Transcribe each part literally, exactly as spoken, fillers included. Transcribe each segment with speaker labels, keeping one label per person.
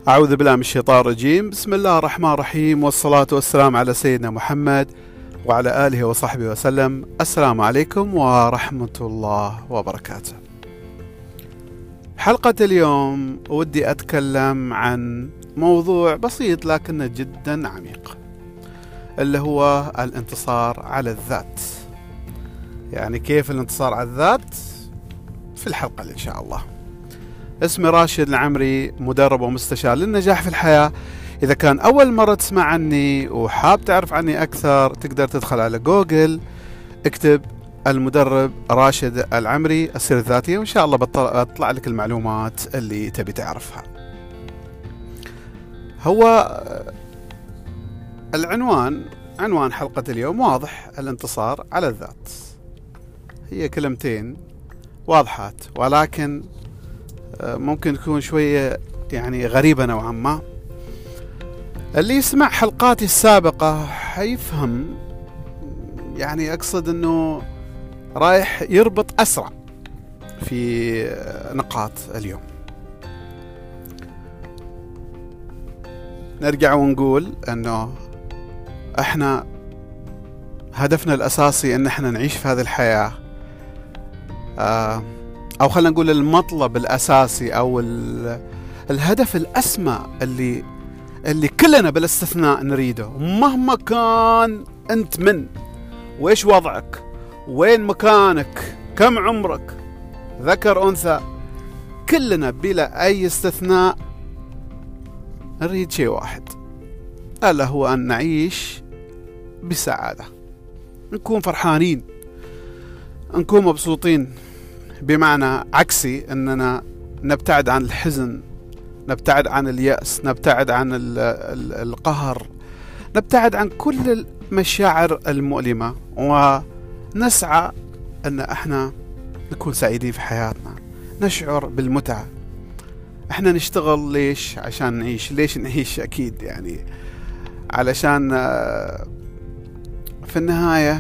Speaker 1: أعوذ بالله من الشيطان الرجيم. بسم الله الرحمن الرحيم، والصلاة والسلام على سيدنا محمد وعلى آله وصحبه وسلم. السلام عليكم ورحمة الله وبركاته. حلقة اليوم ودي أتكلم عن موضوع بسيط لكنه جدا عميق، اللي هو الانتصار على الذات. يعني كيف الانتصار على الذات في الحلقة اللي إن شاء الله. اسمي راشد العمري، مدرب ومستشار للنجاح في الحياة. إذا كان أول مرة تسمع عني وحاب تعرف عني أكثر، تقدر تدخل على جوجل، اكتب المدرب راشد العمري السيرة الذاتية، وإن شاء الله بطلع لك المعلومات اللي تبي تعرفها. هو العنوان عنوان حلقة اليوم واضح: الانتصار على الذات. هي كلمتين واضحات، ولكن ممكن تكون شوية يعني غريبة نوعا ما. اللي يسمع حلقاتي السابقة حيفهم، يعني أقصد أنه رايح يربط أسرع في نقاط اليوم. نرجع ونقول أنه إحنا هدفنا الأساسي أن إحنا نعيش في هذه الحياة، آه أو خلينا نقول المطلب الأساسي أو الهدف الأسمى اللي اللي كلنا بلا استثناء نريده، مهما كان أنت من وإيش وضعك، وين مكانك، كم عمرك، ذكر أنثى، كلنا بلا أي استثناء نريد شيء واحد، ألا هو أن نعيش بسعادة، نكون فرحانين، نكون مبسوطين. بمعنى عكسي أننا نبتعد عن الحزن، نبتعد عن اليأس، نبتعد عن القهر، نبتعد عن كل المشاعر المؤلمة، ونسعى أن احنا نكون سعيدين في حياتنا، نشعر بالمتعة. احنا نشتغل ليش؟ عشان نعيش. ليش نعيش؟ أكيد يعني علشان في النهاية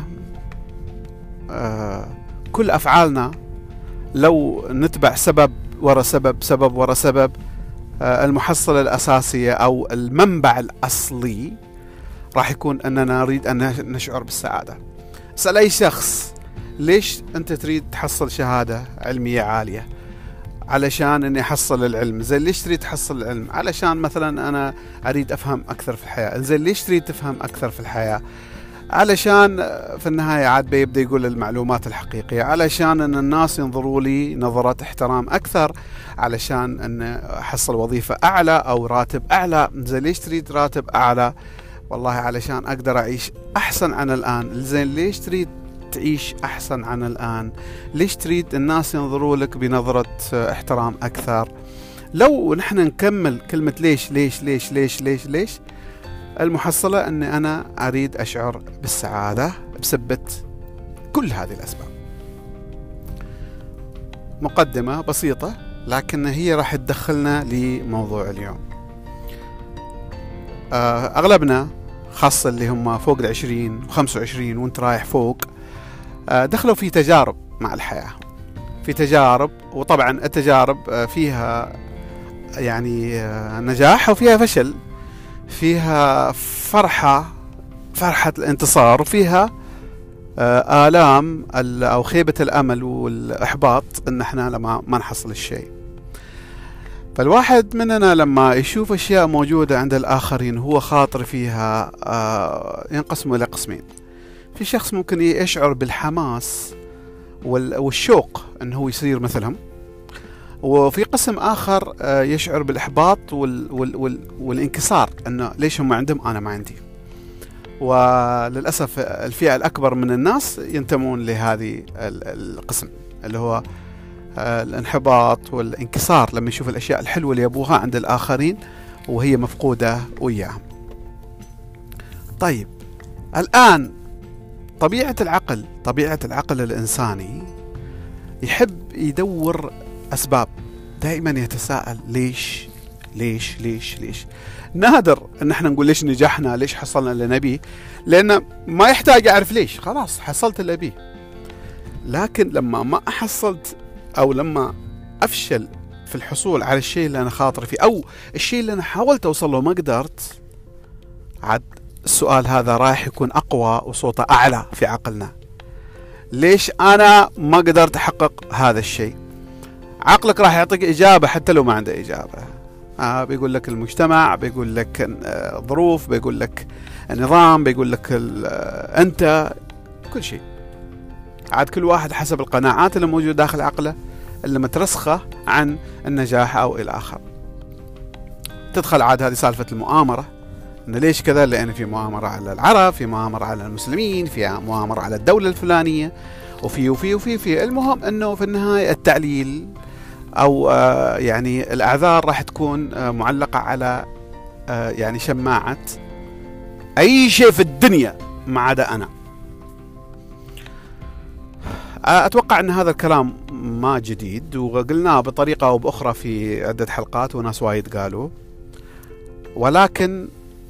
Speaker 1: كل أفعالنا لو نتبع سبب ورا سبب سبب ورا سبب، المحصلة الأساسية أو المنبع الأصلي راح يكون أننا نريد أن نشعر بالسعادة. اسأل أي شخص: ليش أنت تريد تحصل شهادة علمية عالية؟ علشان أني أحصل العلم. زين، ليش تريد تحصل العلم؟ علشان مثلا أنا أريد أفهم أكثر في الحياة. زين، ليش تريد تفهم أكثر في الحياة؟ علشان في النهاية عاد بيبدأ يقول المعلومات الحقيقية، علشان أن الناس ينظروا لي نظرة احترام أكثر، علشان أن أحصل وظيفة أعلى أو راتب أعلى. زين، ليش تريد راتب أعلى؟ والله علشان أقدر أعيش أحسن عن الآن. زين، ليش تريد تعيش أحسن عن الآن؟ ليش تريد الناس ينظروا لك بنظرة احترام أكثر؟ لو نحن نكمل كلمة ليش ليش ليش ليش ليش ليش، المحصلة أن أنا أريد أشعر بالسعادة بسبة كل هذه الأسباب. مقدمة بسيطة، لكن هي راح تدخلنا لموضوع اليوم. أغلبنا، خاصة اللي هم فوق العشرين وخمسة وعشرين وانت رايح فوق، دخلوا في تجارب مع الحياة، في تجارب، وطبعا التجارب فيها يعني نجاح وفيها فشل، فيها فرحة فرحة الانتصار، وفيها آلام أو خيبة الأمل والإحباط إن إحنا لما ما نحصل الشيء. فالواحد مننا لما يشوف أشياء موجودة عند الآخرين هو خاطر فيها، ينقسم إلى قسمين. في شخص ممكن يشعر بالحماس والشوق إنه هو يصير مثلهم، وفي قسم آخر يشعر بالإحباط وال وال وال والانكسار، أنه ليش هم عندهم أنا ما عندي. وللأسف الفئة الأكبر من الناس ينتمون لهذه القسم، اللي هو الانحباط والانكسار لما يشوف الأشياء الحلوة اللي يبوها عند الآخرين وهي مفقودة وياهم. طيب، الآن طبيعة العقل طبيعة العقل الإنساني يحب يدور أسباب، دائما يتساءل ليش ليش ليش ليش. نادر ان احنا نقول ليش نجحنا، ليش حصلنا اللي نبيه، لأنه ما يحتاج أعرف ليش، خلاص حصلت اللي أبيه. لكن لما ما حصلت أو لما أفشل في الحصول على الشيء اللي أنا خاطر فيه أو الشيء اللي أنا حاولت أوصل له ما قدرت، عاد السؤال هذا رايح يكون أقوى وصوته أعلى في عقلنا. ليش أنا ما قدرت أحقق هذا الشيء؟ عقلك راح يعطيك إجابة حتى لو ما عنده إجابة. آه بيقول لك المجتمع، بيقول لك الظروف، بيقول لك النظام، بيقول لك أنت، كل شيء. عاد كل واحد حسب القناعات اللي موجودة داخل عقله اللي مترسخة عن النجاح أو إلى آخر. تدخل عاد هذه سالفة المؤامرة، إنه ليش كذا؟ لأن في مؤامرة على العرب، في مؤامرة على المسلمين، في مؤامرة على الدولة الفلانية، وفي وفي وفي في المهم إنه في النهاية التعليل أو آه يعني الأعذار راح تكون آه معلقة على آه يعني شماعة أي شيء في الدنيا ما عدا أنا. أتوقع أن هذا الكلام ما جديد، وقلناه بطريقة أو بأخرى في عدة حلقات وناس وايد قالوا، ولكن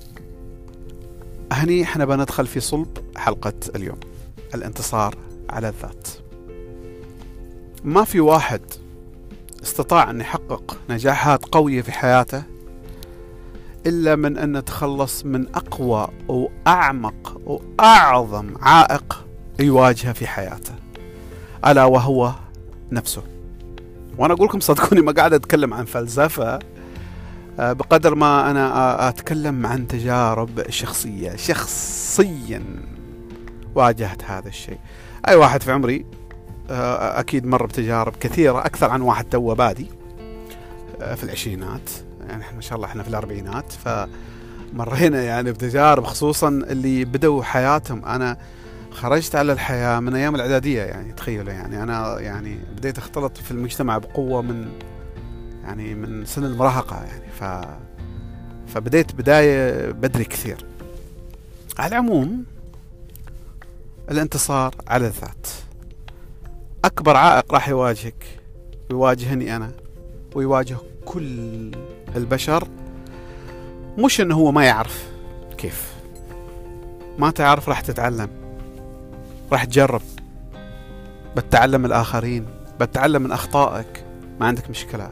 Speaker 1: هني احنا بندخل في صلب حلقة اليوم، الانتصار على الذات. ما في واحد استطاع أن يحقق نجاحات قوية في حياته إلا من أن نتخلص من أقوى وأعمق وأعظم عائق يواجهه في حياته، ألا وهو نفسه. وأنا أقول لكم صدقوني ما قاعد أتكلم عن فلسفة بقدر ما أنا أتكلم عن تجارب شخصية، شخصيا واجهت هذا الشيء. أي واحد في عمري أكيد مر بتجارب كثيرة، أكثر عن واحد توه بادي في العشرينات، يعني ما شاء الله إحنا في الأربعينات، فمرينا يعني بتجارب، خصوصا اللي بدوا حياتهم. أنا خرجت على الحياة من أيام الإعدادية، يعني تخيلوا، يعني أنا يعني بديت أختلط في المجتمع بقوة من يعني من سن المراهقة، يعني ف فبديت بداية بدري كثير. على العموم الانتصار على الذات أكبر عائق راح يواجهك، يواجهني أنا ويواجه كل البشر. مش إنه هو ما يعرف كيف، ما تعرف راح تتعلم، راح تجرب، بتتعلم من الآخرين، بتتعلم من أخطائك، ما عندك مشكلة.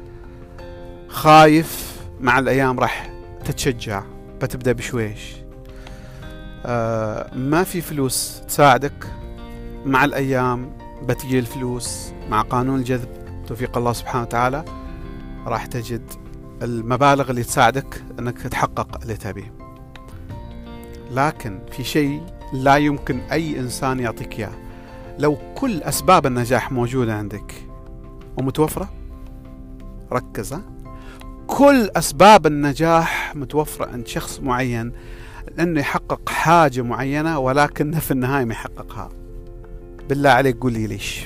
Speaker 1: خايف، مع الأيام راح تتشجع، بتبدأ بشويش. آه ما في فلوس تساعدك، مع الأيام بتجي الفلوس، مع قانون الجذب توفيق الله سبحانه وتعالى راح تجد المبالغ اللي تساعدك أنك تحقق اللي تبيه. لكن في شيء لا يمكن أي إنسان يعطيك إياه. لو كل أسباب النجاح موجودة عندك ومتوفرة، ركز، كل أسباب النجاح متوفرة عند شخص معين لأنه يحقق حاجة معينة، ولكنه في النهاية ما يحققها، بالله عليك قول لي ليش؟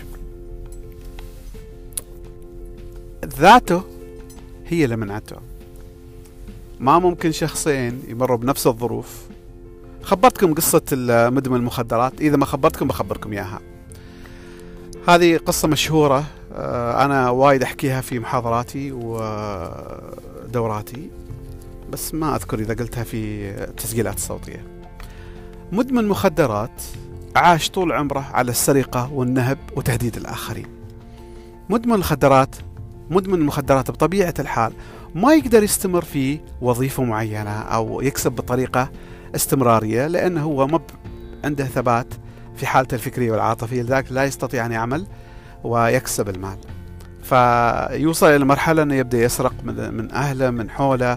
Speaker 1: ذاته هي اللي منعته. ما ممكن شخصين يمروا بنفس الظروف. خبرتكم قصة مدمن المخدرات، إذا ما خبرتكم بخبركم إياها. هذه قصة مشهورة، أنا وايد أحكيها في محاضراتي ودوراتي، بس ما أذكر إذا قلتها في التسجيلات الصوتية. مدمن مخدرات عاش طول عمره على السرقة والنهب وتهديد الآخرين. مدمن الخدرات مدمن المخدرات بطبيعة الحال ما يقدر يستمر في وظيفة معينة أو يكسب بطريقة استمرارية، لأنه هو ما عنده ثبات في حالته الفكرية والعاطفية، لذلك لا يستطيع أن يعمل ويكسب المال. فيوصل إلى مرحلة أنه يبدأ يسرق من أهله، من حوله،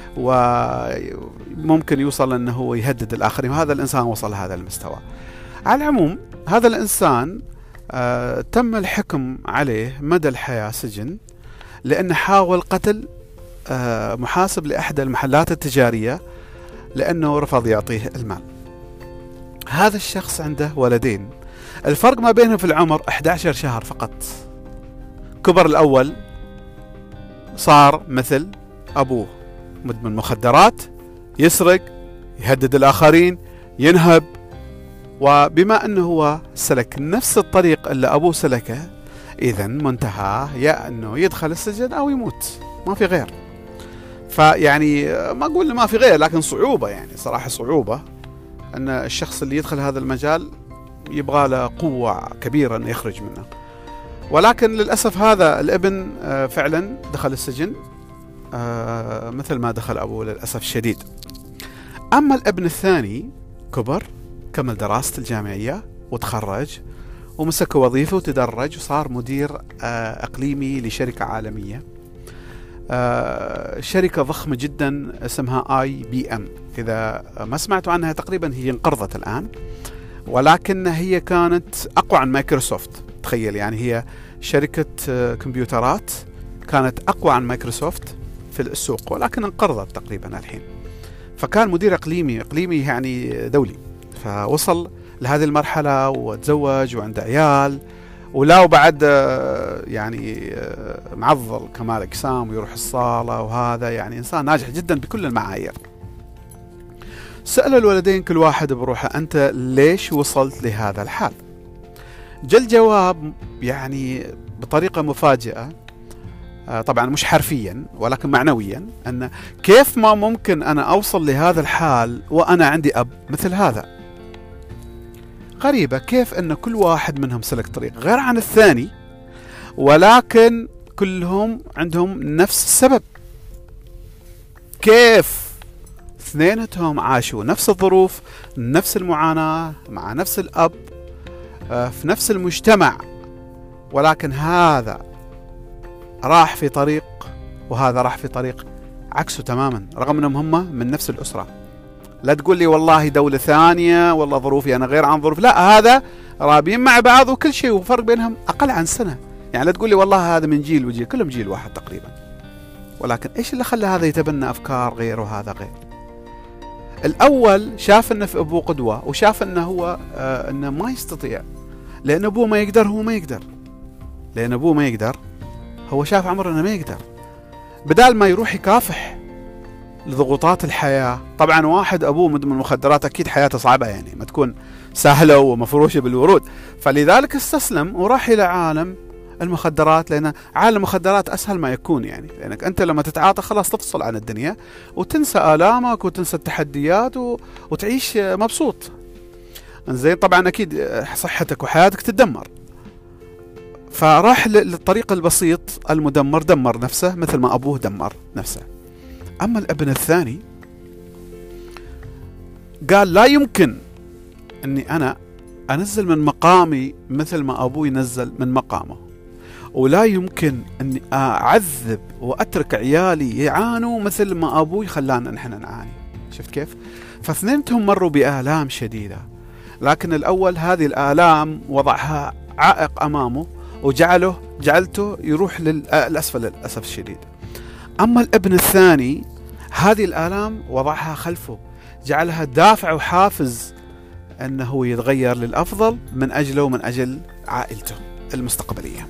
Speaker 1: وممكن يوصل أنه هو يهدد الآخرين، وهذا الإنسان وصل لهذا المستوى. على العموم هذا الإنسان آه تم الحكم عليه مدى الحياة سجن، لأنه حاول قتل آه محاسب لأحد المحلات التجارية لأنه رفض يعطيه المال. هذا الشخص عنده ولدين، الفرق ما بينهم في العمر أحد عشر شهر فقط. كبر الأول صار مثل أبوه، مدمن مخدرات، يسرق، يهدد الآخرين، ينهب، وبما أنه هو سلك نفس الطريق اللي أبوه سلكه، إذن منتهى يا أنه يدخل السجن أو يموت، ما في غير. فيعني ما أقول ما في غير، لكن صعوبة، يعني صراحة صعوبة أن الشخص اللي يدخل هذا المجال يبغى له قوة كبيرة أن يخرج منه. ولكن للأسف هذا الابن فعلا دخل السجن مثل ما دخل أبوه للأسف الشديد. أما الابن الثاني كبر، كمل دراسته الجامعية وتخرج ومسك وظيفة وتدرج وصار مدير أقليمي لشركة عالمية، شركة ضخمة جدا اسمها آي بي إم. إذا ما سمعتوا عنها تقريبا هي انقرضت الآن، ولكن هي كانت أقوى عن مايكروسوفت. تخيل يعني هي شركة كمبيوترات كانت أقوى عن مايكروسوفت في السوق، ولكن انقرضت تقريبا الحين. فكان مدير إقليمي، إقليمي يعني دولي. فوصل لهذه المرحلة وتزوج وعنده عيال، ولا وبعد يعني معضل كمال أجسام ويروح الصالة، وهذا يعني إنسان ناجح جدا بكل المعايير. سأل الولدين كل واحد بروحه: أنت ليش وصلت لهذا الحال؟ جاء الجواب يعني بطريقة مفاجئة، طبعا مش حرفيا ولكن معنويا، أن كيف ما ممكن أنا أوصل لهذا الحال وأنا عندي أب مثل هذا؟ غريبة كيف أن كل واحد منهم سلك طريق غير عن الثاني، ولكن كلهم عندهم نفس السبب. كيف اثنينتهم عاشوا نفس الظروف، نفس المعاناة، مع نفس الأب، في نفس المجتمع، ولكن هذا راح في طريق وهذا راح في طريق عكسه تماما، رغم أنهم هم من نفس الأسرة. لا تقول لي والله دولة ثانية والله ظروفي أنا غير عن ظروف، لا، هذا رابين مع بعض وكل شيء، وفرق بينهم أقل عن سنة. يعني لا تقول لي والله هذا من جيل وجيل، كلهم جيل واحد تقريبا. ولكن إيش اللي خلى هذا يتبنى أفكار غير وهذا غير؟ الأول شاف أنه في أبوه قدوة، وشاف أنه هو آه أنه ما يستطيع، لأن أبوه ما يقدر هو ما يقدر، لأن أبوه ما يقدر هو شاف عمره أنه ما يقدر. بدال ما يروح يكافح لضغوطات الحياة، طبعا واحد أبوه مدمن مخدرات أكيد حياته صعبة، يعني ما تكون سهلة ومفروشة بالورود. فلذلك استسلم وراح إلى عالم المخدرات، لأن عالم المخدرات أسهل ما يكون، يعني لأنك أنت لما تتعاطى خلاص تفصل عن الدنيا وتنسى آلامك وتنسى التحديات و... وتعيش مبسوط. زين، طبعا أكيد صحتك وحياتك تدمر. فراح للطريق البسيط المدمر، دمر نفسه مثل ما أبوه دمر نفسه. أما الابن الثاني قال: لا يمكن أني أنا أنزل من مقامي مثل ما أبوي نزل من مقامه، ولا يمكن أني أعذب وأترك عيالي يعانوا مثل ما أبوي خلانا نحن نعاني. شفت كيف؟ فاثنينتهم مروا بآلام شديدة، لكن الأول هذه الآلام وضعها عائق أمامه وجعله جعلته يروح للأسفل للأسف الشديد. أما الابن الثاني هذه الآلام وضعها خلفه، جعلها دافع وحافز أنه يتغير للأفضل من أجله ومن أجل عائلته المستقبلية.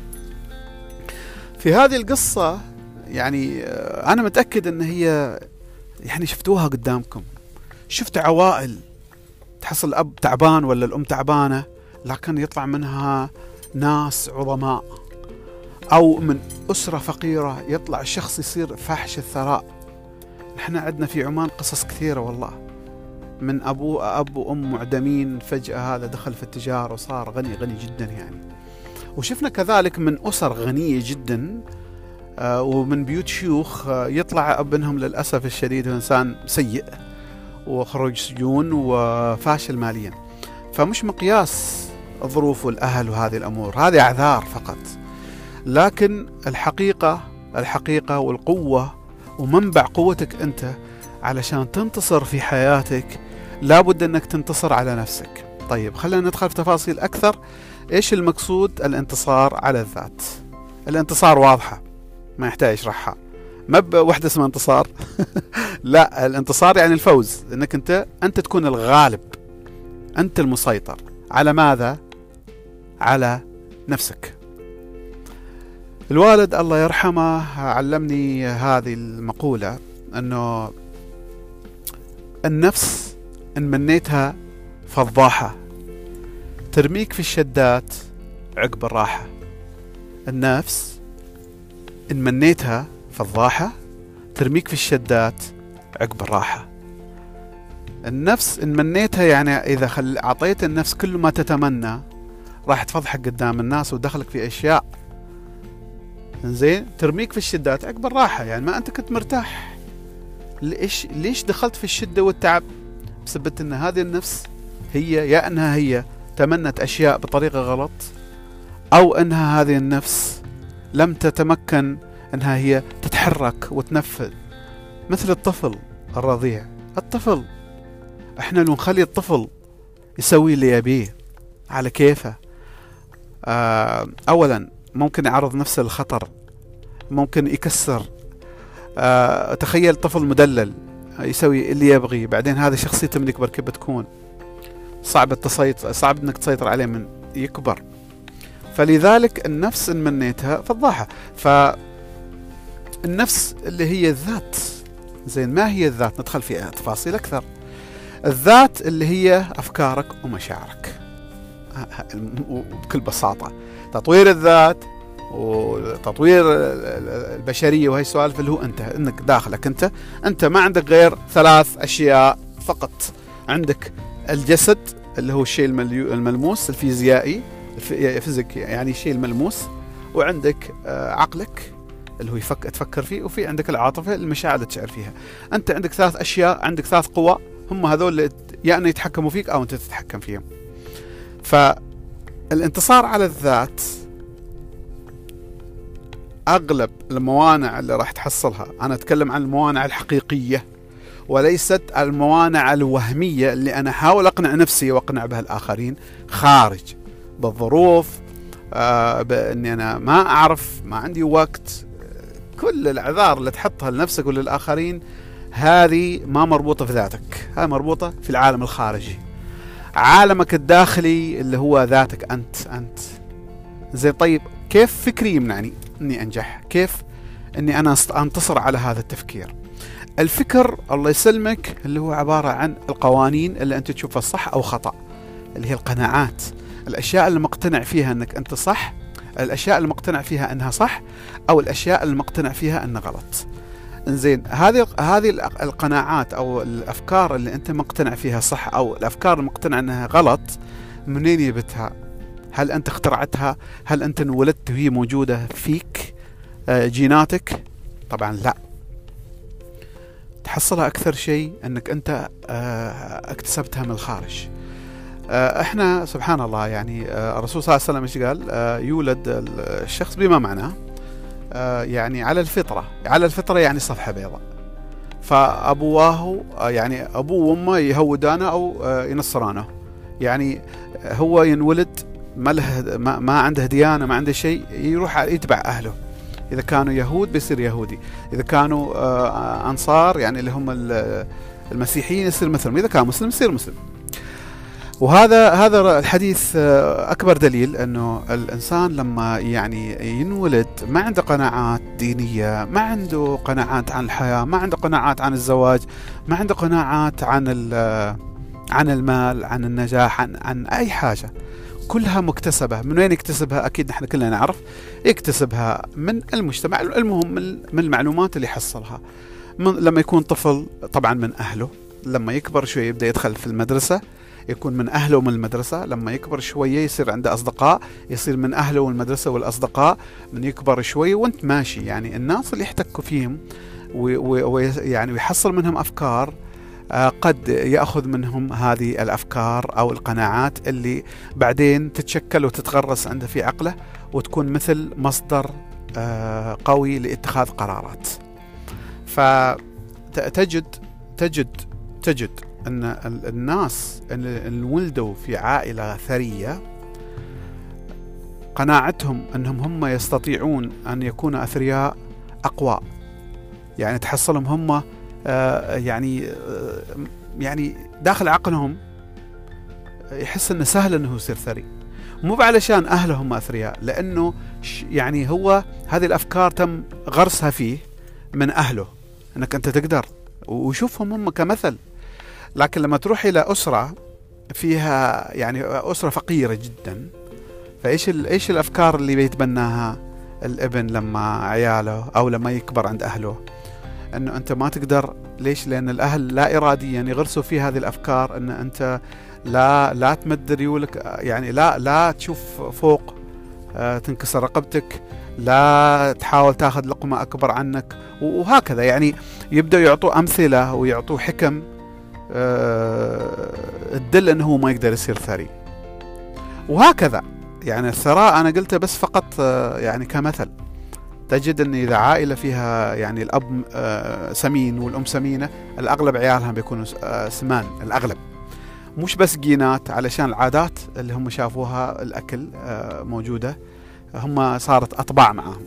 Speaker 1: في هذه القصة يعني أنا متأكد أن هي يعني شفتوها قدامكم، شفت عوائل تحصل الأب تعبان ولا الأم تعبانة، لكن يطلع منها ناس عظماء، أو من أسرة فقيرة يطلع شخص يصير فاحش الثراء. نحن عندنا في عمان قصص كثيرة والله، من أبو أب وأم معدمين فجأة هذا دخل في التجارة وصار غني غني جدا يعني. وشفنا كذلك من أسر غنية جدا ومن بيوت شيوخ يطلع ابنهم للأسف الشديد إنسان سيء وخرج سجون وفاشل ماليا. فمش مقياس الظروف والأهل وهذه الأمور، هذه أعذار فقط. لكن الحقيقة الحقيقة والقوة ومنبع قوتك أنت علشان تنتصر في حياتك لابد أنك تنتصر على نفسك. طيب خلينا ندخل في تفاصيل أكثر. إيش المقصود الانتصار على الذات؟ الانتصار واضحة ما يحتاج أشرحها، ما بوحدة اسمها انتصار لا، الانتصار يعني الفوز، أنك أنت أنت تكون الغالب، أنت المسيطر على ماذا؟ على نفسك. الوالد الله يرحمه علمني هذه المقولة، أنه النفس إن منيتها فضاحة ترميك في الشدات عقب الراحة. النفس إن منيتها فضاحة ترميك في الشدات عقب الراحة. النفس إن منيتها يعني إذا خل... أعطيت النفس كل ما تتمنى راح تفضحك قدام الناس وتدخلك في اشياء زين ترميك في الشدات عقب الراحة. يعني ما انت كنت مرتاح، ليش ليش دخلت في الشدة والتعب؟ بسبب ان هذه النفس هي يا انها هي تمنت اشياء بطريقة غلط، او انها هذه النفس لم تتمكن انها هي تتحرك وتنفذ. مثل الطفل الرضيع، الطفل احنا لو نخلي الطفل يسوي اللي يبيه على كيفه، آه اولا ممكن يعرض نفسه للخطر، ممكن يكسر. آه تخيل طفل مدلل يسوي اللي يبغي، بعدين هذه شخصيته من يكبر كيف بتكون؟ صعب التسيطر، صعب انك تسيطر عليه من يكبر. فلذلك النفس ان منيتها فضاحة. فالنفس اللي هي الذات، زين ما هي الذات؟ ندخل في تفاصيل اكثر. الذات اللي هي افكارك ومشاعرك بكل بساطة. تطوير الذات وتطوير البشرية وهي السوالف اللي هو انت، انك داخلك انت انت ما عندك غير ثلاث اشياء فقط. عندك الجسد اللي هو الشيء الملموس الفيزيائي الفيزيك، يعني الشيء الملموس، وعندك عقلك اللي هو يفكر تفكر فيه، وفي عندك العاطفة المشاعر اللي تشعر فيها. انت عندك ثلاث اشياء، عندك ثلاث قوى، هم هذول اللي يعني يتحكموا فيك او انت تتحكم فيهم. فالانتصار على الذات اغلب الموانع اللي راح تحصلها، انا اتكلم عن الموانع الحقيقية وليست الموانع الوهمية اللي انا احاول اقنع نفسي واقنع بها الاخرين خارج بالظروف، آه باني انا ما اعرف، ما عندي وقت. كل الاعذار اللي تحطها لنفسك وللاخرين هذه ما مربوطة في ذاتك، هذه مربوطة في العالم الخارجي. عالمك الداخلي اللي هو ذاتك انت انت زي. طيب كيف فكري يمنعني اني انجح؟ كيف اني انا انتصر على هذا التفكير؟ الفكر الله يسلمك اللي هو عبارة عن القوانين اللي انت تشوفها صح او خطأ، اللي هي القناعات، الاشياء اللي مقتنع فيها انك انت صح، الاشياء اللي مقتنع فيها انها صح، او الاشياء اللي مقتنع فيها انها غلط. انزين هذه هذه القناعات او الافكار اللي انت مقتنع فيها صح، او الافكار المقتنع انها غلط، منين جبتها؟ هل انت اخترعتها؟ هل انت انولدت وهي موجودة فيك جيناتك؟ طبعا لا. تحصلها اكثر شيء انك انت اكتسبتها من الخارج. احنا سبحان الله يعني الرسول صلى الله عليه وسلم ايش قال؟ يولد الشخص بما معناه يعني على الفطرة، على الفطرة يعني صفحة بيضاء. فأبواه يعني أبوه وأمه يهودانه أو ينصرانه، يعني هو ينولد ما له ما عنده ديانة، ما عنده شيء، يروح يتبع أهله. إذا كانوا يهود بيصير يهودي، إذا كانوا أنصار يعني اللي هم المسيحيين يصير مثلهم، إذا كان مسلم يصير مسلم. وهذا هذا الحديث أكبر دليل أنه الإنسان لما يعني ينولد ما عنده قناعات دينية، ما عنده قناعات عن الحياة، ما عنده قناعات عن الزواج، ما عنده قناعات عن عن المال، عن النجاح، عن عن أي حاجة، كلها مكتسبة. من وين يكتسبها؟ أكيد نحن كلنا نعرف، يكتسبها من المجتمع. المهم من المعلومات اللي يحصلها من لما يكون طفل، طبعا من أهله. لما يكبر شوي يبدأ يدخل في المدرسة، يكون من أهله ومن المدرسة. لما يكبر شوية يصير عنده أصدقاء، يصير من أهله والمدرسة والأصدقاء. من يكبر شوية وانت ماشي يعني الناس اللي يحتكوا فيهم ويعني ويحصل منهم أفكار، قد يأخذ منهم هذه الأفكار أو القناعات اللي بعدين تتشكل وتتغرس عنده في عقله، وتكون مثل مصدر قوي لاتخاذ قرارات. فتجد تجد تجد أن الناس اللي ولدوا في عائلة ثرية قناعتهم أنهم هم يستطيعون أن يكونوا أثرياء أقوى. يعني تحصلهم هم آه يعني آه يعني داخل عقلهم يحس أنه سهل أنه يصير ثري، مو علشان أهله هم أثرياء، لأنه يعني هو هذه الأفكار تم غرسها فيه من أهله أنك أنت تقدر، ويشوفهم هم كمثل. لكن لما تروح إلى أسرة فيها يعني أسرة فقيرة جدا، فإيش إيش الأفكار اللي بيتبناها الابن لما عياله أو لما يكبر عند أهله؟ أنه أنت ما تقدر. ليش؟ لأن الأهل لا إراديا يغرسوا في هذه الأفكار أن أنت لا لا تمد ريولك، يعني لا لا تشوف فوق تنكسر رقبتك، لا تحاول تاخذ لقمة أكبر عنك، وهكذا. يعني يبدأوا يعطوا أمثلة ويعطوا حكم تدل أنه هو ما يقدر يصير ثري، وهكذا. يعني الثراء أنا قلته بس فقط يعني كمثل. تجد أن إذا عائلة فيها يعني الأب سمين والأم سمينة، الأغلب عيالها بيكونوا سمان، الأغلب، مش بس جينات، علشان العادات اللي هم شافوها الأكل موجودة، هم صارت أطباع معهم.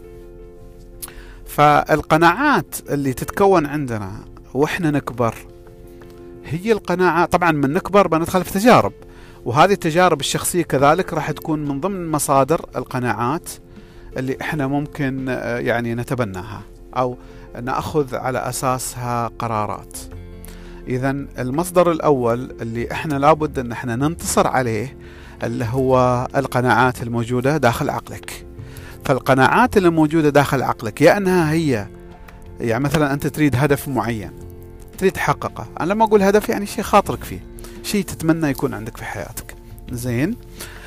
Speaker 1: فالقناعات اللي تتكون عندنا وإحنا نكبر هي القناعة. طبعا من نكبر بندخل في تجارب، وهذه التجارب الشخصية كذلك راح تكون من ضمن مصادر القناعات اللي إحنا ممكن يعني نتبناها أو نأخذ على أساسها قرارات. إذن المصدر الأول اللي إحنا لابد أن إحنا ننتصر عليه اللي هو القناعات الموجودة داخل عقلك. فالقناعات اللي موجودة داخل عقلك يا أنها هي، يعني مثلا أنت تريد هدف معين تريد تحققه. أنا لما أقول هدف يعني شيء خاطرك فيه، شيء تتمنى يكون عندك في حياتك، زين.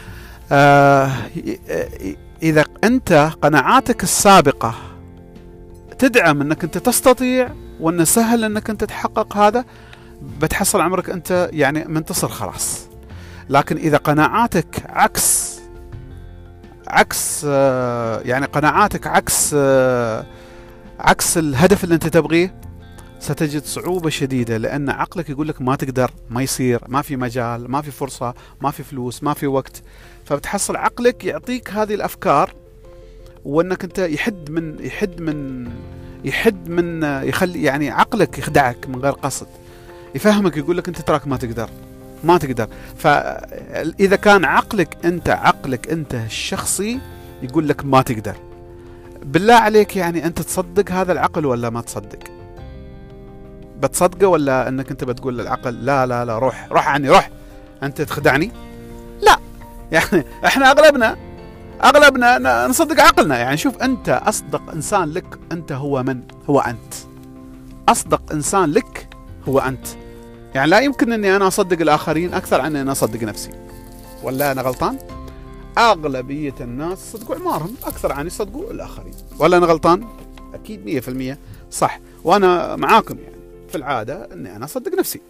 Speaker 1: آه إذا أنت قناعاتك السابقة تدعم أنك أنت تستطيع وأنه سهل أنك أنت تحقق هذا، بتحصل عمرك أنت يعني منتصر خلاص. لكن إذا قناعاتك عكس عكس يعني قناعاتك عكس عكس الهدف اللي أنت تبغيه، ستجد صعوبة شديدة، لأن عقلك يقول لك ما تقدر، ما يصير، ما في مجال، ما في فرصة، ما في فلوس، ما في وقت. فبتحصل عقلك يعطيك هذه الأفكار، وأنك أنت يحد من يحد من يحد من يخلي يعني عقلك يخدعك من غير قصد، يفهمك، يقول لك أنت تراك ما تقدر ما تقدر. فإذا كان عقلك أنت عقلك أنت الشخصي يقول لك ما تقدر، بالله عليك يعني أنت تصدق هذا العقل ولا ما تصدق؟ بتصدقه ولا أنك أنت بتقول للعقل لا لا لا روح روح عني روح أنت تخدعني؟ لا، يعني إحنا أغلبنا أغلبنا نصدق عقلنا. يعني شوف، أنت أصدق إنسان لك أنت هو من؟ هو أنت. أصدق إنسان لك هو أنت. يعني لا يمكن أني أنا أصدق الآخرين أكثر عن أن أصدق نفسي، ولا أنا غلطان؟ أغلبية الناس يصدقوا عمارهم أكثر عن يصدقوا الآخرين، ولا أنا غلطان؟ أكيد مية في المية صح. وأنا معاكم يعني في العادة أني أنا أصدق نفسي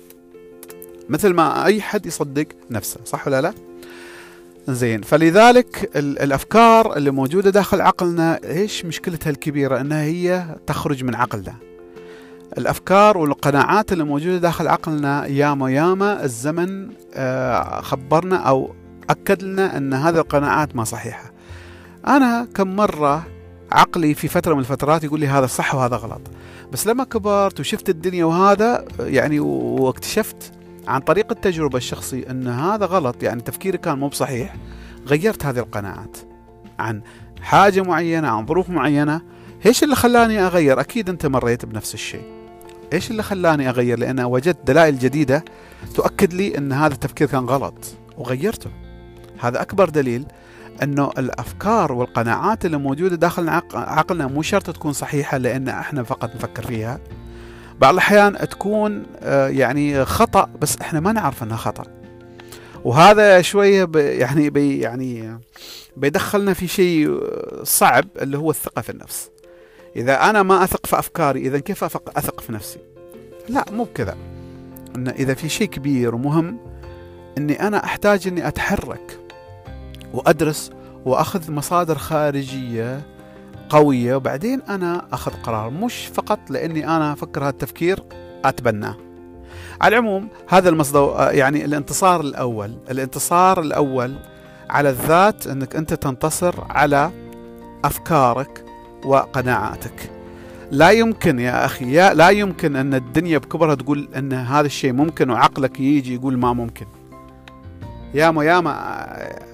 Speaker 1: مثل ما أي حد يصدق نفسه، صح ولا لا؟ زين. فلذلك الأفكار اللي موجودة داخل عقلنا إيش مشكلتها الكبيرة؟ أنها هي تخرج من عقلنا. الأفكار والقناعات اللي موجودة داخل عقلنا ياما ياما الزمن خبرنا أو أكد لنا أن هذه القناعات ما صحيحة. أنا كم مرة عقلي في فترة من الفترات يقول لي هذا صح وهذا غلط، بس لما كبرت وشفت الدنيا وهذا يعني واكتشفت عن طريق التجربة الشخصية أن هذا غلط، يعني تفكيري كان مو بصحيح، غيرت هذه القناعات عن حاجة معينة، عن ظروف معينة. إيش اللي خلاني أغير؟ أكيد أنت مريت بنفس الشيء. إيش اللي خلاني أغير؟ لأن وجدت دلائل جديدة تؤكد لي أن هذا التفكير كان غلط وغيرته. هذا أكبر دليل أنه الأفكار والقناعات اللي موجودة داخل عقلنا مو شرط تكون صحيحة لأن إحنا فقط نفكر فيها. بعض الأحيان تكون يعني خطأ بس إحنا ما نعرف أنها خطأ، وهذا شوية يعني بي يعني بيدخلنا في شيء صعب اللي هو الثقة في النفس. إذا أنا ما أثق في أفكاري، إذا كيف أثق في نفسي؟ لا، مو بكذا. إن إذا في شيء كبير ومهم إني أنا أحتاج إني أتحرك وأدرس وأخذ مصادر خارجية قوية، وبعدين أنا أخذ قرار، مش فقط لأني أنا أفكر هذا التفكير أتبناه. على العموم هذا المصدر يعني الانتصار الأول الانتصار الأول على الذات، أنك أنت تنتصر على أفكارك وقناعاتك. لا يمكن يا أخي يا لا يمكن أن الدنيا بكبرها تقول أن هذا الشيء ممكن وعقلك يجي يقول ما ممكن. ياما ياما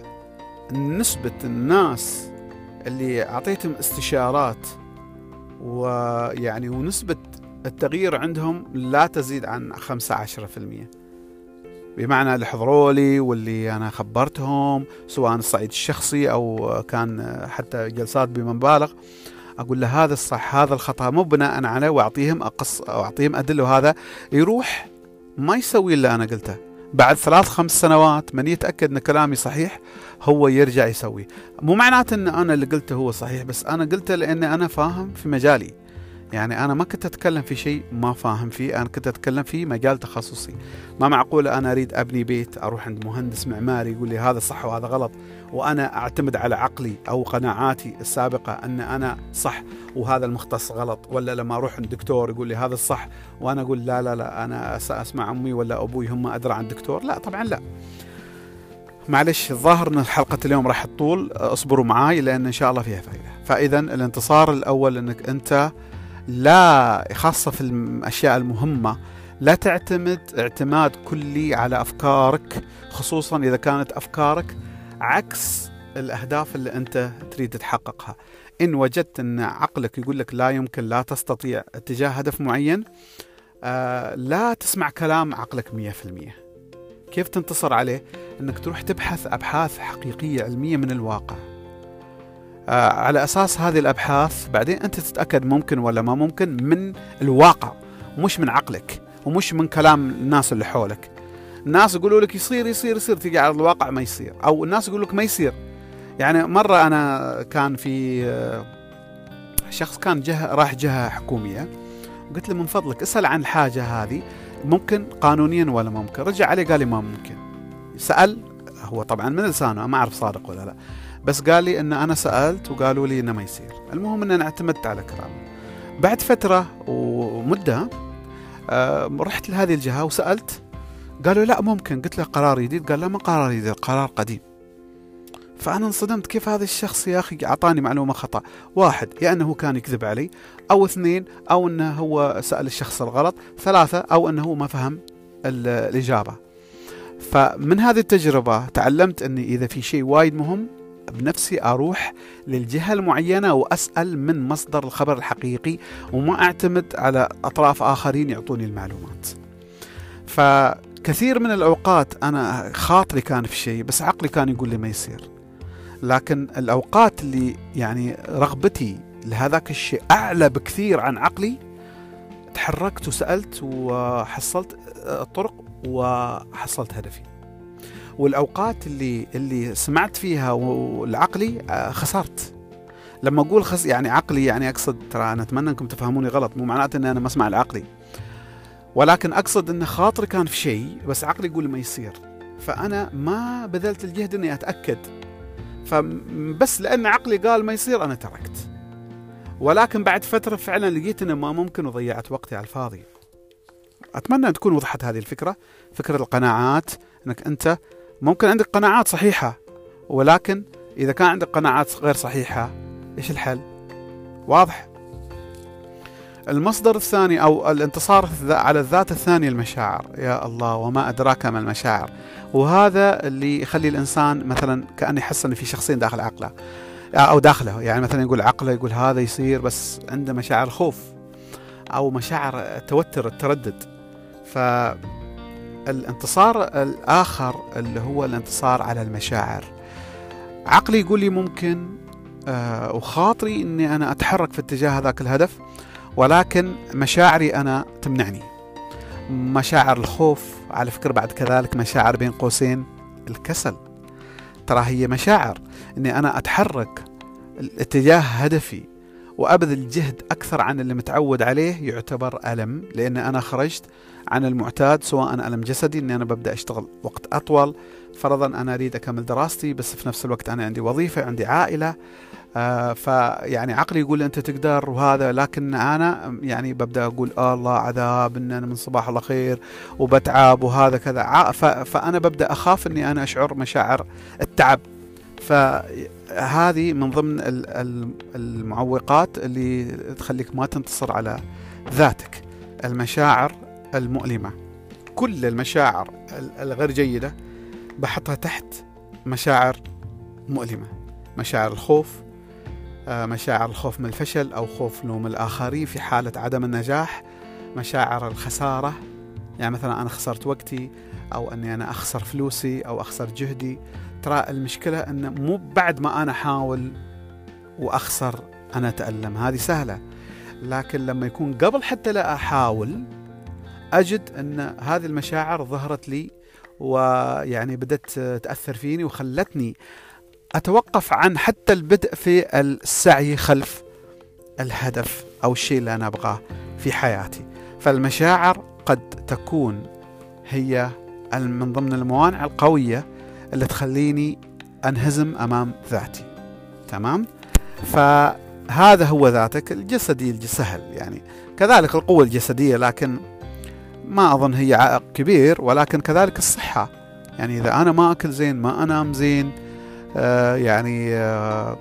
Speaker 1: نسبة الناس اللي أعطيتهم استشارات ويعني ونسبة التغيير عندهم لا تزيد عن خمسة عشر في المية، بمعنى اللي حضروا لي واللي أنا خبرتهم سواء الصعيد الشخصي أو كان حتى جلسات بمبالغ. اقول له هذا الصح هذا الخطا، مو بناء عليه واعطيهم اقص او اعطيهم ادله، وهذا يروح ما يسوي اللي انا قلته. بعد ثلاث خمس سنوات من يتاكد ان كلامي صحيح هو يرجع يسوي. مو معناته ان انا اللي قلته هو صحيح، بس انا قلته لاني انا فاهم في مجالي. يعني أنا ما كنت أتكلم في شيء ما فاهم فيه، أنا كنت أتكلم في مجال تخصصي. ما معقول أنا أريد أبني بيت أروح عند مهندس معماري يقول لي هذا صح وهذا غلط، وأنا أعتمد على عقلي أو قناعاتي السابقة أن أنا صح وهذا المختص غلط. ولا لما أروح عند دكتور يقول لي هذا الصح وأنا أقول لا لا لا أنا أسمع أمي ولا أبوي هم أدرى عن الدكتور. لا طبعا لا. معلش الظاهر أن حلقة اليوم راح تطول، اصبروا معاي لأن إن شاء الله فيها فائدة. فإذا الانتصار الأول أنك أنت لا، خاصة في الأشياء المهمة، لا تعتمد اعتماد كلي على أفكارك، خصوصا إذا كانت أفكارك عكس الأهداف اللي أنت تريد تحققها. إن وجدت أن عقلك يقول لك لا يمكن لا تستطيع اتجاه هدف معين، آه لا تسمع كلام عقلك مية في المية. كيف تنتصر عليه؟ أنك تروح تبحث أبحاث حقيقية علمية من الواقع، آه على أساس هذه الأبحاث بعدين أنت تتأكد ممكن ولا ما ممكن من الواقع، مش من عقلك ومش من كلام الناس اللي حولك. الناس يقولوا لك يصير يصير يصير، تيجي على الواقع ما يصير، أو الناس يقولوا لك ما يصير. يعني مرة أنا كان في آه شخص كان جهة راح جهة حكومية، قلت له من فضلك اسأل عن الحاجة هذه ممكن قانونيا ولا ممكن. رجع علي قال لي ما ممكن. سأل هو طبعا من لسانه، ما أعرف صادق ولا لا، بس قال لي ان انا سألت وقالوا لي انه ما يصير. المهم ان انا اعتمدت على كلامه. بعد فترة ومدة آه رحت لهذه الجهة وسألت، قالوا لا ممكن. قلت له قرار جديد؟ قال لا ما قرار جديد، قرار قديم. فأنا انصدمت، كيف هذا الشخص يا أخي أعطاني معلومة خطأ؟ واحد، يا أنه كان يكذب علي، أو اثنين، أو أنه هو سأل الشخص الغلط، ثلاثة، أو أنه هو ما فهم الإجابة. فمن هذه التجربة تعلمت أني إذا في شيء وايد مهم بنفسي أروح للجهة المعينة وأسأل من مصدر الخبر الحقيقي، وما أعتمد على أطراف آخرين يعطوني المعلومات. فكثير من الأوقات أنا خاطري كان في شيء بس عقلي كان يقول لي ما يصير، لكن الأوقات اللي يعني رغبتي لهذاك الشيء أعلى بكثير عن عقلي، تحركت وسألت وحصلت الطرق وحصلت هدفي. والأوقات اللي اللي سمعت فيها والعقلي خسرت. لما أقول خس يعني عقلي يعني أقصد، ترى أنا أتمنى أنكم تفهموني غلط، مو معناته أن أنا ما أسمع العقلي، ولكن أقصد أن خاطري كان في شيء بس عقلي يقول ما يصير، فأنا ما بذلت الجهد أني أتأكد، فبس لأن عقلي قال ما يصير أنا تركت. ولكن بعد فترة فعلا لقيت أنه ما ممكن وضيعت وقتي على الفاضي. أتمنى أن تكون وضحت هذه الفكرة، فكرة القناعات، أنك أنت ممكن عندك قناعات صحيحة، ولكن إذا كان عندك قناعات غير صحيحة إيش الحل؟ واضح؟ المصدر الثاني أو الانتصار على الذات الثانية المشاعر. يا الله، وما أدراك ما المشاعر. وهذا اللي يخلي الإنسان مثلا كأنه يحس أن في شخصين داخل عقله أو داخله. يعني مثلا يقول عقله يقول هذا يصير، بس عنده مشاعر خوف أو مشاعر التوتر التردد. فالانتصار الآخر اللي هو الانتصار على المشاعر. عقلي يقول لي ممكن آه وخاطري أني أنا أتحرك في اتجاه هذاك الهدف، ولكن مشاعري أنا تمنعني. مشاعر الخوف على فكرة بعد كذلك مشاعر بين قوسين الكسل، ترى هي مشاعر أني أنا أتحرك اتجاه هدفي وأبذل جهد أكثر عن اللي متعود عليه يعتبر ألم، لأن أنا خرجت عن المعتاد، سواء ألم جسدي أني أنا ببدأ أشتغل وقت أطول، فرضا أنا أريد أكمل دراستي بس في نفس الوقت أنا عندي وظيفة عندي عائلة، آه فيعني عقلي يقول أنت تقدر وهذا، لكن أنا يعني ببدأ أقول آه الله عذاب إن أنا من صباح الله خير وبتعب وهذا كذا، فأنا ببدأ أخاف أني أنا أشعر مشاعر التعب. فهذه من ضمن المعوقات اللي تخليك ما تنتصر على ذاتك. المشاعر المؤلمة، كل المشاعر الغير جيدة بحطها تحت مشاعر مؤلمة. مشاعر الخوف، مشاعر الخوف من الفشل أو خوف لوم الآخرين في حالة عدم النجاح. مشاعر الخسارة، يعني مثلا أنا خسرت وقتي أو أني أنا أخسر فلوسي أو أخسر جهدي. ترى المشكلة أن مو بعد ما أنا أحاول وأخسر أنا أتألم، هذه سهلة. لكن لما يكون قبل حتى لا أحاول أجد أن هذه المشاعر ظهرت لي ويعني بدأت تأثر فيني وخلتني أتوقف عن حتى البدء في السعي خلف الهدف أو الشيء اللي أنا أبغاه في حياتي. فالمشاعر قد تكون هي من ضمن الموانع القوية اللي تخليني أنهزم أمام ذاتي. تمام؟ فهذا هو ذاتك. الجسدي سهل يعني، كذلك القوة الجسدية، لكن ما أظن هي عائق كبير. ولكن كذلك الصحة، يعني إذا أنا ما أكل زين، ما أنام زين، آه يعني آه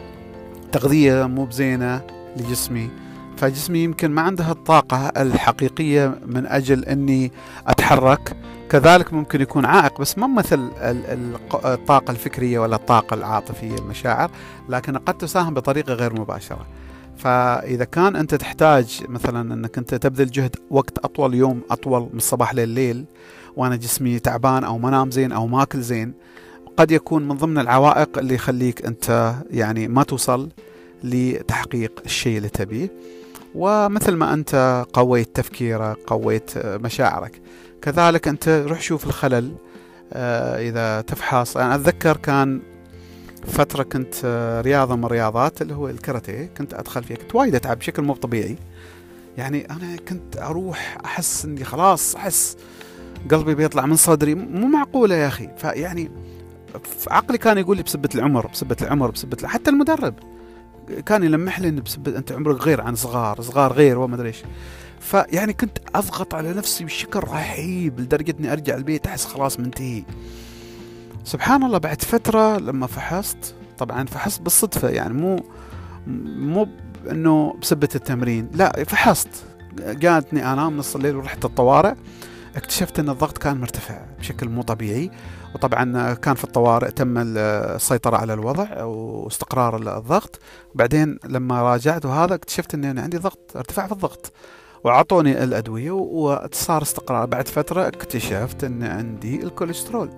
Speaker 1: تغذية مو بزينة لجسمي، فجسمي يمكن ما عنده الطاقة الحقيقية من أجل أني أتحرك. كذلك ممكن يكون عائق، بس ما مثل الطاقة الفكرية ولا الطاقة العاطفية المشاعر، لكن قد تساهم بطريقة غير مباشرة. فإذا كان أنت تحتاج مثلا أنك أنت تبذل جهد وقت أطول، يوم أطول من الصباح لليل، وأنا جسمي تعبان أو ما نام زين أو ما أكل زين، قد يكون من ضمن العوائق اللي يخليك أنت يعني ما توصل لتحقيق الشيء اللي تبيه. ومثل ما أنت قويت تفكيرك، قويت مشاعرك، كذلك أنت روح شوف الخلل. آه إذا تفحص، أنا أتذكر كان فترة كنت آه رياضة من الرياضات اللي هو الكاراتيه، كنت أدخل فيها، كنت وايد أتعب بشكل مو طبيعي. يعني أنا كنت أروح أحس إني خلاص، أحس قلبي بيطلع من صدري، مو معقولة يا أخي. فيعني عقلي كان يقول لي بسبة العمر، بسبة العمر، بسبة العمر. حتى المدرب كان يلمح لي إن بسبة أنت عمرك غير عن صغار، صغار غير وما أدري إيش. فيعني كنت أضغط على نفسي بشكل رهيب لدرجة إني أرجع البيت أحس خلاص منتهي. سبحان الله، بعد فترة لما فحصت، طبعا فحصت بالصدفة، يعني مو مو إنه بسبة التمرين، لا، فحصت، جاتني آلام نص الليل ورحت الطوارئ، اكتشفت أن الضغط كان مرتفع بشكل مو طبيعي. وطبعا كان في الطوارئ تم السيطرة على الوضع واستقرار الضغط. بعدين لما راجعت وهذا اكتشفت أن أنا عندي ضغط، ارتفاع في الضغط، وعطوني الأدوية وصار استقرار. بعد فترة اكتشفت أن عندي الكوليسترول.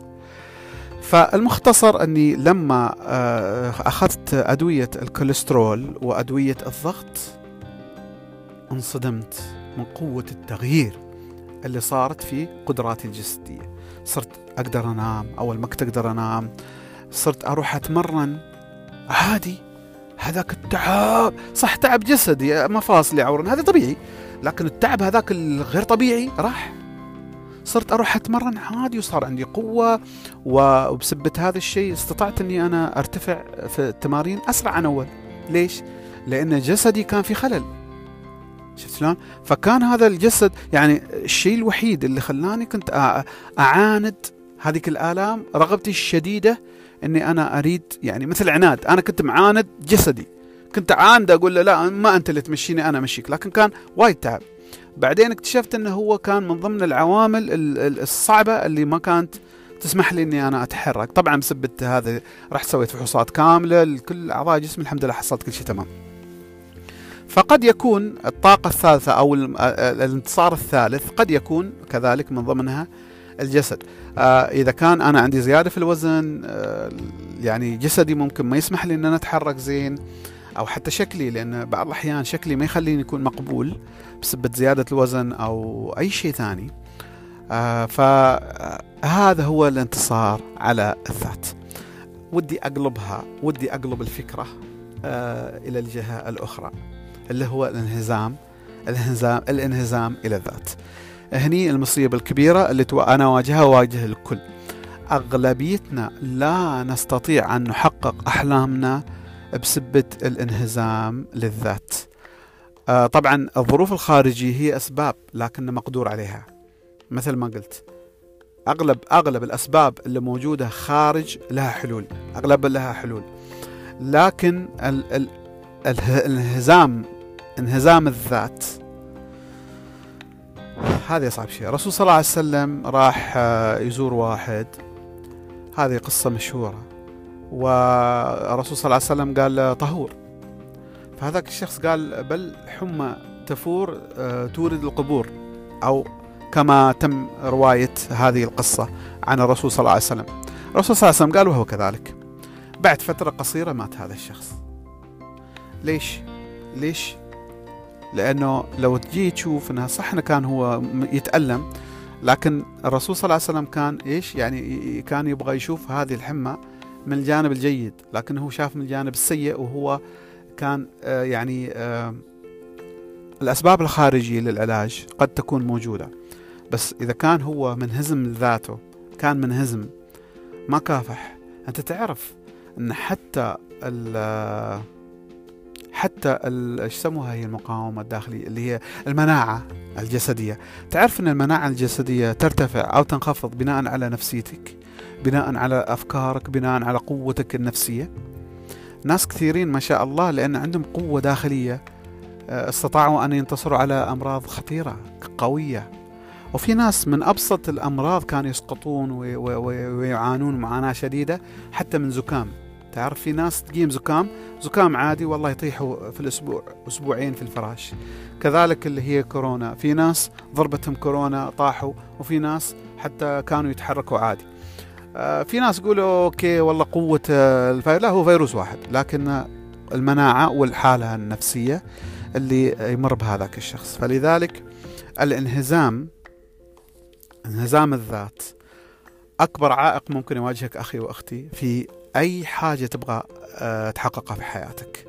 Speaker 1: فالمختصر أني لما أخذت أدوية الكوليسترول وأدوية الضغط انصدمت من قوة التغيير اللي صارت في قدراتي الجسدية. صرت أقدر أنام، أول ما كنت أقدر أنام صرت أروح أتمرن عادي. هذاك التعب، صح تعب جسدي، مفاصلي عورن، هذا طبيعي، لكن التعب هذاك الغير طبيعي راح. صرت أروح أتمرن عادي وصار عندي قوة، وبسبة هذا الشيء استطعت أني أنا أرتفع في التمارين أسرع عن أول. ليش؟ لأن جسدي كان في خلل. شفت شلون؟ فكان هذا الجسد يعني الشيء الوحيد اللي خلاني كنت أعاند هذيك الآلام، رغبتي الشديدة أني أنا أريد، يعني مثل عناد، أنا كنت معاند جسدي، كنت عاند أقول له لا، ما أنت اللي تمشيني، أنا أمشيك، لكن كان وايد تعب. بعدين اكتشفت أنه هو كان من ضمن العوامل الصعبة اللي ما كانت تسمح لي أني أنا أتحرك. طبعا بسبب هذا رحت سويت فحوصات كاملة لكل أعضاء جسمي، الحمد لله حصلت كل شيء تمام. فقد يكون الطاقة الثالثة أو الانتصار الثالث قد يكون كذلك من ضمنها الجسد. آه إذا كان أنا عندي زيادة في الوزن، آه يعني جسدي ممكن ما يسمح لي أن أنا أتحرك زين، أو حتى شكلي، لأن بعض الأحيان شكلي ما يخليني يكون مقبول بسبب زيادة الوزن أو أي شيء ثاني. آه فهذا هو الانتصار على الذات. ودي أقلبها، ودي أقلب الفكرة آه إلى الجهة الأخرى، اللي هو الانهزام الانهزام الانهزام إلى الذات. هني المصيبة الكبيرة اللي أنا واجهها وواجه الكل. أغلبيتنا لا نستطيع أن نحقق أحلامنا بسبة الانهزام للذات. آه طبعا الظروف الخارجية هي أسباب، لكن مقدور عليها. مثل ما قلت، أغلب أغلب الأسباب اللي موجودة خارج لها حلول، أغلب لها حلول، لكن ال ال الانهزام انهزام الذات هذا أصعب شيء. الرسول صلى الله عليه وسلم راح يزور واحد، هذه قصة مشهورة، والرسول صلى الله عليه وسلم قال له طهور، فهذاك الشخص قال بل حمى تفور تورد القبور، أو كما تم رواية هذه القصة عن الرسول صلى الله عليه وسلم. الرسول صلى الله عليه وسلم قال وهو كذلك. بعد فترة قصيرة مات هذا الشخص. ليش؟ ليش؟ لأنه لو تجي تشوف أنها صح أنه كان هو يتألم، لكن الرسول صلى الله عليه وسلم كان إيش يعني، كان يبغى يشوف هذه الحمى من الجانب الجيد، لكن هو شاف من الجانب السيء. وهو كان آه يعني آه الأسباب الخارجية للعلاج قد تكون موجودة، بس إذا كان هو منهزم ذاته، كان منهزم ما كافح. أنت تعرف أن حتى ال حتى ايش يسموها هي المقاومة الداخلية اللي هي المناعة الجسدية، تعرف أن المناعة الجسدية ترتفع أو تنخفض بناء على نفسيتك، بناء على أفكارك، بناء على قوتك النفسية. ناس كثيرين ما شاء الله لأن عندهم قوة داخلية استطاعوا أن ينتصروا على أمراض خطيرة قوية. وفي ناس من أبسط الأمراض كانوا يسقطون ويعانون معاناة شديدة حتى من زكام. تعرف في ناس تقيم زكام زكام عادي والله يطيحوا في الأسبوع أسبوعين في الفراش. كذلك اللي هي كورونا، في ناس ضربتهم كورونا طاحوا، وفي ناس حتى كانوا يتحركوا عادي. آه في ناس يقولوا أوكي والله قوة الفيروس، لا هو فيروس واحد، لكن المناعة والحالة النفسية اللي يمر بهذاك الشخص. فلذلك الانهزام، انهزام الذات أكبر عائق ممكن يواجهك أخي وأختي في أي حاجة تبغى أه تحققها في حياتك.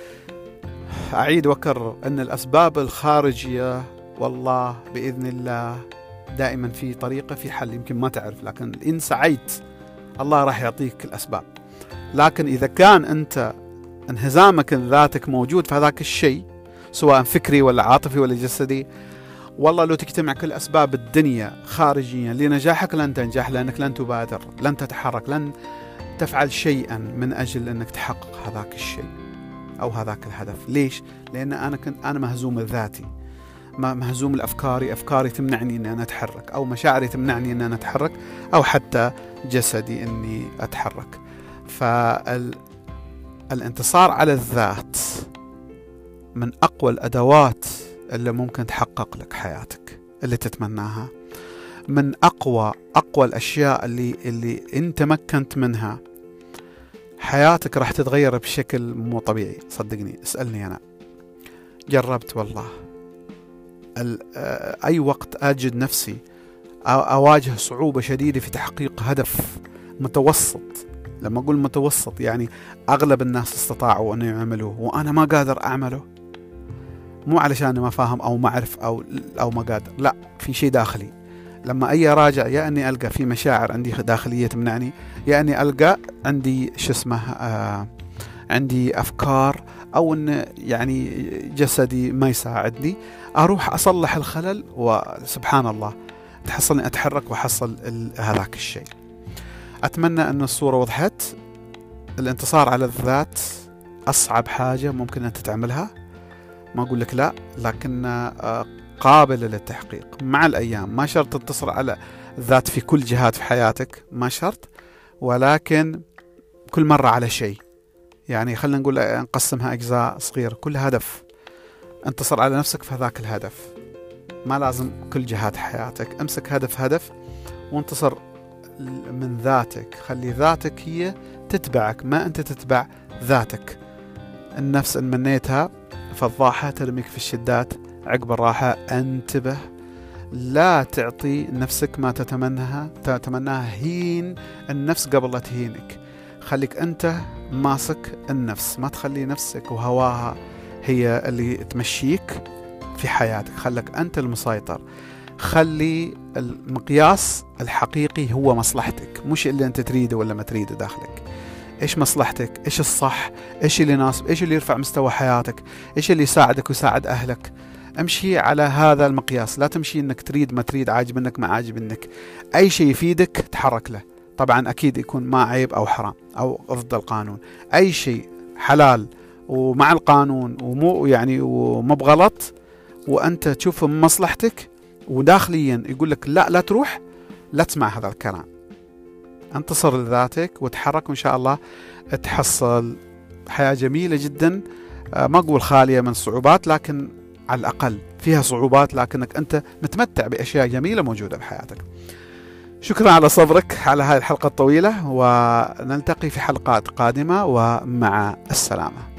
Speaker 1: أعيد وأكرر أن الأسباب الخارجية والله بإذن الله دائما في طريقة، في حل، يمكن ما تعرف، لكن إن سعيت الله راح يعطيك الأسباب. لكن إذا كان أنت انهزامك ذاتك موجود في هذاك الشيء سواء فكري ولا عاطفي ولا جسدي، والله لو تجتمع كل أسباب الدنيا خارجيا لنجاحك لن تنجح، لأنك لن تبادر، لن تتحرك، لن تفعل شيئا من أجل أنك تحقق هذاك الشيء أو هذاك الهدف. ليش؟ لأن أنا كنت أنا مهزوم ذاتي، مهزوم الأفكاري، أفكاري تمنعني أني أنا أتحرك، أو مشاعري تمنعني أني أنا أتحرك، أو حتى جسدي أني أتحرك. فالانتصار على الذات من أقوى الأدوات اللي ممكن تحقق لك حياتك اللي تتمناها، من أقوى أقوى الأشياء اللي اللي إن تمكنت منها حياتك راح تتغير بشكل مو طبيعي. صدقني، اسألني أنا، جربت والله. أي وقت أجد نفسي أواجه صعوبة شديدة في تحقيق هدف متوسط، لما أقول متوسط يعني أغلب الناس استطاعوا أن يعملوه وأنا ما قادر أعمله، مو علشان ما فاهم أو ما أعرف أو أو ما قادر، لا، في شيء داخلي. لما أي راجع يا أني ألقى في مشاعر عندي داخلية تمنعني، يا أني ألقى عندي شو اسمه آه عندي أفكار، أو أن يعني جسدي ما يساعدني، أروح أصلح الخلل وسبحان الله تحصلني أتحرك وأحصل هذاك الشيء. أتمنى أن الصورة وضحت. الانتصار على الذات أصعب حاجة ممكن أن تعملها، ما أقول لك لا، لكن قابلة للتحقيق مع الأيام. ما شرط تنتصر على الذات في كل جهات في حياتك، ما شرط، ولكن كل مرة على شيء. يعني خلينا نقول نقسمها أجزاء صغيرة، كل هدف انتصر على نفسك في هذاك الهدف، ما لازم كل جهات حياتك. امسك هدف هدف وانتصر من ذاتك، خلي ذاتك هي تتبعك، ما أنت تتبع ذاتك. النفس إن منيتها فالضاحة ترميك في الشدات، عقب الراحة انتبه، لا تعطي نفسك ما تتمناها تتمناها هين النفس قبل لا تهينك. خليك أنت ماسك النفس، ما تخلي نفسك وهواها هي اللي تمشيك في حياتك، خلك أنت المسيطر. خلي المقياس الحقيقي هو مصلحتك، مش اللي أنت تريده ولا ما تريده داخلك. إيش مصلحتك؟ إيش الصح؟ إيش اللي يناسب؟ إيش اللي يرفع مستوى حياتك؟ إيش اللي يساعدك ويساعد أهلك؟ امشي على هذا المقياس، لا تمشي إنك تريد ما تريد، عاجب إنك ما عاجب إنك. أي شيء يفيدك تحرك له، طبعا أكيد يكون ما عيب أو حرام أو ضد القانون. أي شيء حلال ومع القانون ومو يعني ومو بغلط، وأنت تشوف من مصلحتك وداخليا يقول لك لا لا تروح، لا تسمع هذا الكلام. انتصر لذاتك وتحرك، وإن شاء الله تحصل حياة جميلة جدا، ما أقول خالية من صعوبات، لكن على الأقل فيها صعوبات لكنك أنت متمتع بأشياء جميلة موجودة بحياتك. شكرا على صبرك على هذه الحلقة الطويلة، ونلتقي في حلقات قادمة، ومع السلامة.